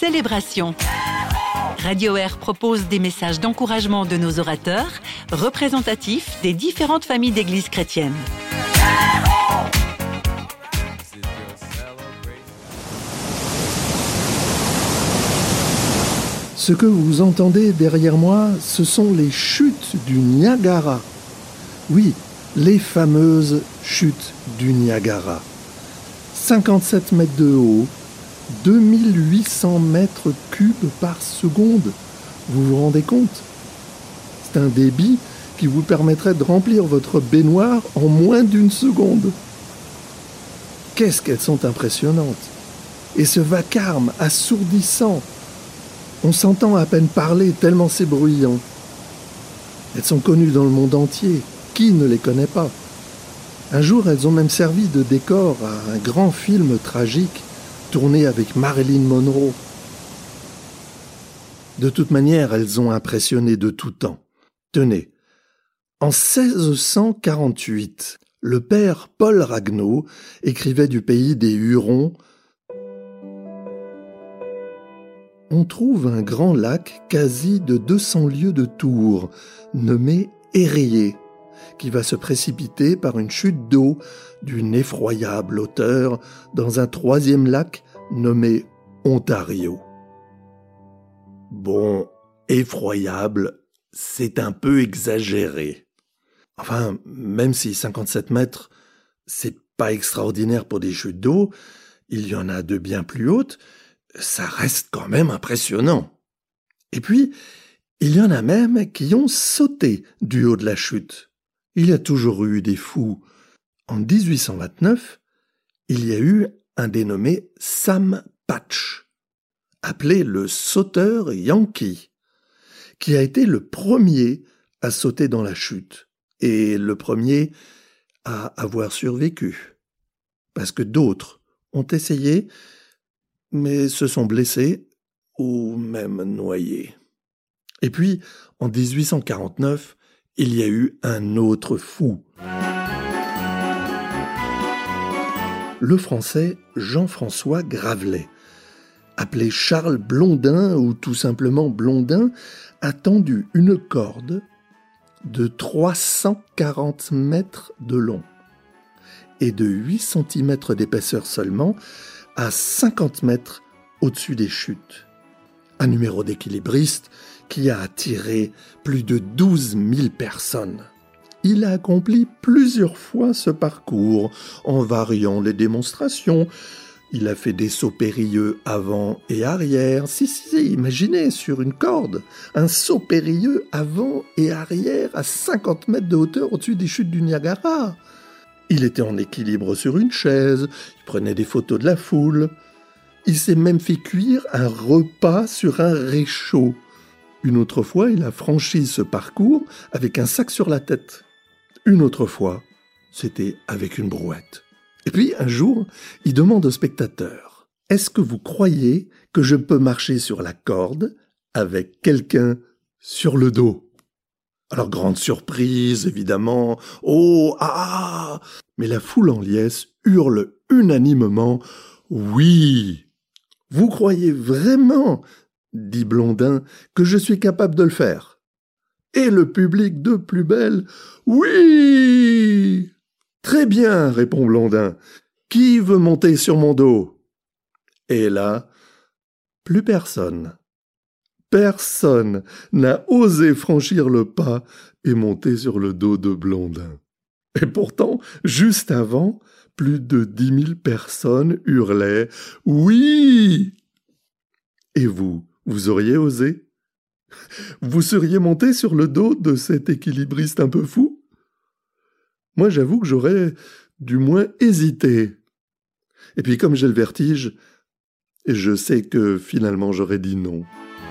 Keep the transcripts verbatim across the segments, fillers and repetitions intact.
célébration. Radio Air propose des messages d'encouragement de nos orateurs, représentatifs des différentes familles d'églises chrétiennes. Ce que vous entendez derrière moi, ce sont les chutes du Niagara. Oui, les fameuses chutes du Niagara. cinquante-sept mètres de haut, deux mille huit cents mètres cubes par seconde. Vous vous rendez compte? C'est un débit qui vous permettrait de remplir votre baignoire en moins d'une seconde. Qu'est-ce qu'elles sont impressionnantes! Et ce vacarme assourdissant! On s'entend à peine parler tellement c'est bruyant. Elles sont connues dans le monde entier. Qui ne les connaît pas? Un jour, elles ont même servi de décor à un grand film tragique tourné avec Marilyn Monroe. De toute manière, elles ont impressionné de tout temps. Tenez, en seize cent quarante-huit, le père Paul Ragueneau écrivait du pays des Hurons: on trouve un grand lac quasi de deux cents lieues de tour, nommé Erie, qui va se précipiter par une chute d'eau d'une effroyable hauteur dans un troisième lac nommé Ontario. Bon, effroyable, c'est un peu exagéré. Enfin, même si cinquante-sept mètres, c'est pas extraordinaire pour des chutes d'eau, il y en a de bien plus hautes, ça reste quand même impressionnant. Et puis, il y en a même qui ont sauté du haut de la chute. Il y a toujours eu des fous. En dix-huit cent vingt-neuf, il y a eu un dénommé Sam Patch, appelé le sauteur Yankee, qui a été le premier à sauter dans la chute et le premier à avoir survécu. Parce que d'autres ont essayé, mais se sont blessés ou même noyés. Et puis, en dix-huit cent quarante-neuf, il y a eu un autre fou. Le Français Jean-François Gravelet, appelé Charles Blondin ou tout simplement Blondin, a tendu une corde de trois cent quarante mètres de long et de huit centimètres d'épaisseur seulement à cinquante mètres au-dessus des chutes. Un numéro d'équilibriste qui a attiré plus de douze mille personnes. Il a accompli plusieurs fois ce parcours en variant les démonstrations. Il a fait des sauts périlleux avant et arrière. Si, si, imaginez, sur une corde, un saut périlleux avant et arrière à cinquante mètres de hauteur au-dessus des chutes du Niagara. Il était en équilibre sur une chaise, il prenait des photos de la foule. Il s'est même fait cuire un repas sur un réchaud. Une autre fois, il a franchi ce parcours avec un sac sur la tête. Une autre fois, c'était avec une brouette. Et puis, un jour, il demande aux spectateurs: « Est-ce que vous croyez que je peux marcher sur la corde avec quelqu'un sur le dos ?» Alors, grande surprise, évidemment. « Oh, ah !» Mais la foule en liesse hurle unanimement: « Oui !»« Vous croyez vraiment, dit Blondin, que je suis capable de le faire ?» Et le public de plus belle: « Oui !»« Très bien, répond Blondin. Qui veut monter sur mon dos ?» Et là, plus personne. Personne n'a osé franchir le pas et monter sur le dos de Blondin. Et pourtant, juste avant, plus de dix mille personnes hurlaient « Oui !» Et vous, vous auriez osé ? Vous seriez monté sur le dos de cet équilibriste un peu fou ? Moi, j'avoue que j'aurais du moins hésité. Et puis, comme j'ai le vertige, je sais que finalement j'aurais dit non.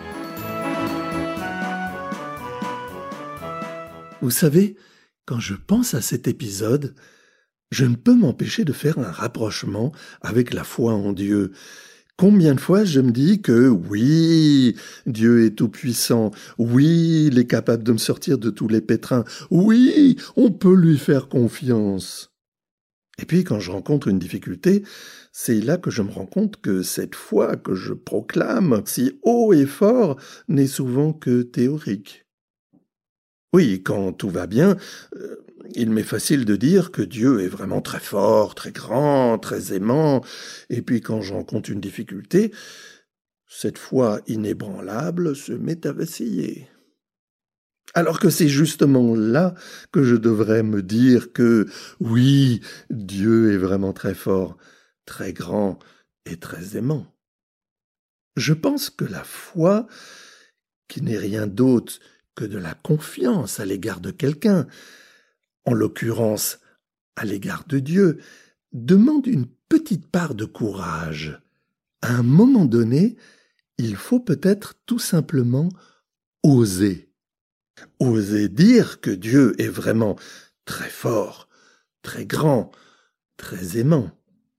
Vous savez, quand je pense à cet épisode, je ne peux m'empêcher de faire un rapprochement avec la foi en Dieu. Combien de fois je me dis que oui, Dieu est tout-puissant, oui, il est capable de me sortir de tous les pétrins, oui, on peut lui faire confiance. Et puis quand je rencontre une difficulté, c'est là que je me rends compte que cette foi que je proclame si haut et fort n'est souvent que théorique. Oui, quand tout va bien, euh, il m'est facile de dire que Dieu est vraiment très fort, très grand, très aimant, et puis quand je rencontre une difficulté, cette foi inébranlable se met à vaciller. Alors que c'est justement là que je devrais me dire que, oui, Dieu est vraiment très fort, très grand et très aimant. Je pense que la foi, qui n'est rien d'autre que de la confiance à l'égard de quelqu'un, en l'occurrence à l'égard de Dieu, demande une petite part de courage. À un moment donné, il faut peut-être tout simplement oser. Oser dire que Dieu est vraiment très fort, très grand, très aimant.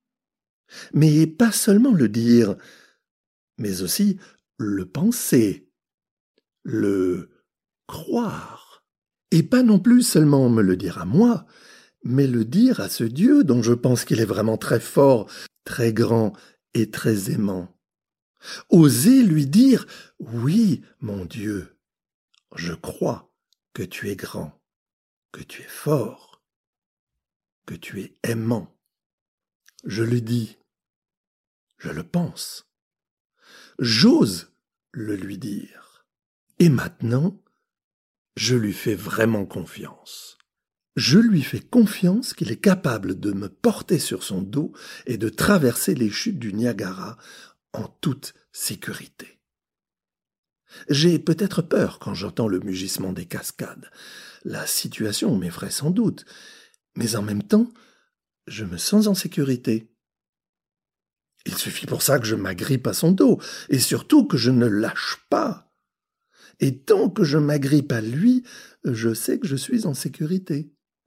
Mais pas seulement le dire, mais aussi le penser, le croire. Et pas non plus seulement me le dire à moi, mais le dire à ce Dieu dont je pense qu'il est vraiment très fort, très grand et très aimant. Oser lui dire « Oui, mon Dieu, je crois que tu es grand, que tu es fort, que tu es aimant. » Je le dis, je le pense. J'ose le lui dire. Et maintenant, je lui fais vraiment confiance. Je lui fais confiance qu'il est capable de me porter sur son dos et de traverser les chutes du Niagara en toute sécurité. J'ai peut-être peur quand j'entends le mugissement des cascades. La situation m'effraie sans doute, mais en même temps, je me sens en sécurité. Il suffit pour ça que je m'agrippe à son dos, et surtout que je ne lâche pas. Et tant que je m'agrippe à lui, je sais que je suis en sécurité.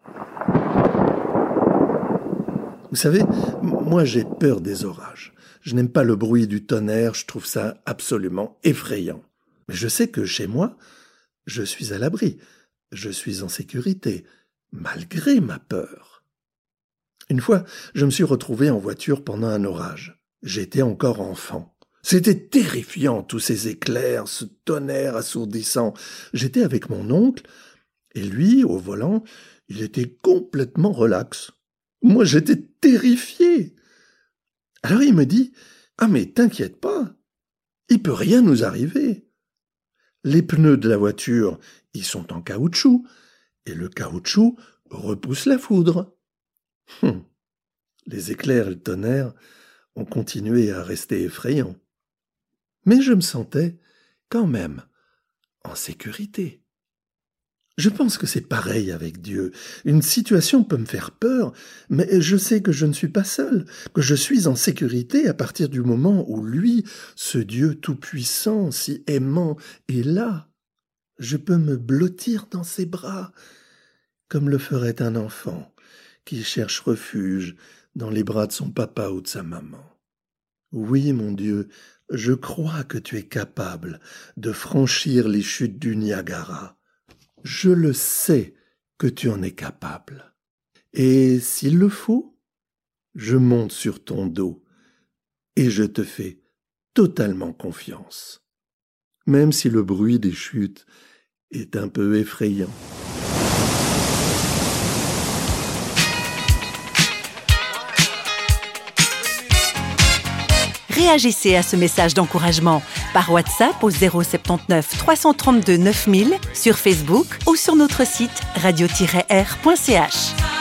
Vous savez, moi j'ai peur des orages. Je n'aime pas le bruit du tonnerre, je trouve ça absolument effrayant. Mais je sais que chez moi, je suis à l'abri, je suis en sécurité, malgré ma peur. Une fois, je me suis retrouvé en voiture pendant un orage. J'étais encore enfant. C'était terrifiant, tous ces éclairs, ce tonnerre assourdissant. J'étais avec mon oncle, et lui, au volant, il était complètement relax. Moi, j'étais terrifié. Alors il me dit « Ah mais t'inquiète pas, il peut rien nous arriver. Les pneus de la voiture, ils sont en caoutchouc, et le caoutchouc repousse la foudre. Hum. » Les éclairs et le tonnerre ont continué à rester effrayants. Mais je me sentais quand même en sécurité. Je pense que c'est pareil avec Dieu. Une situation peut me faire peur, mais je sais que je ne suis pas seul, que je suis en sécurité à partir du moment où lui, ce Dieu tout-puissant, si aimant, est là. Je peux me blottir dans ses bras, comme le ferait un enfant qui cherche refuge dans les bras de son papa ou de sa maman. Oui, mon Dieu, je crois que tu es capable de franchir les chutes du Niagara. Je le sais que tu en es capable. Et s'il le faut, je monte sur ton dos et je te fais totalement confiance, même si le bruit des chutes est un peu effrayant. Réagissez à ce message d'encouragement par WhatsApp au zéro sept neuf trois cent trente-deux neuf mille, sur Facebook ou sur notre site radio tiret r point c h.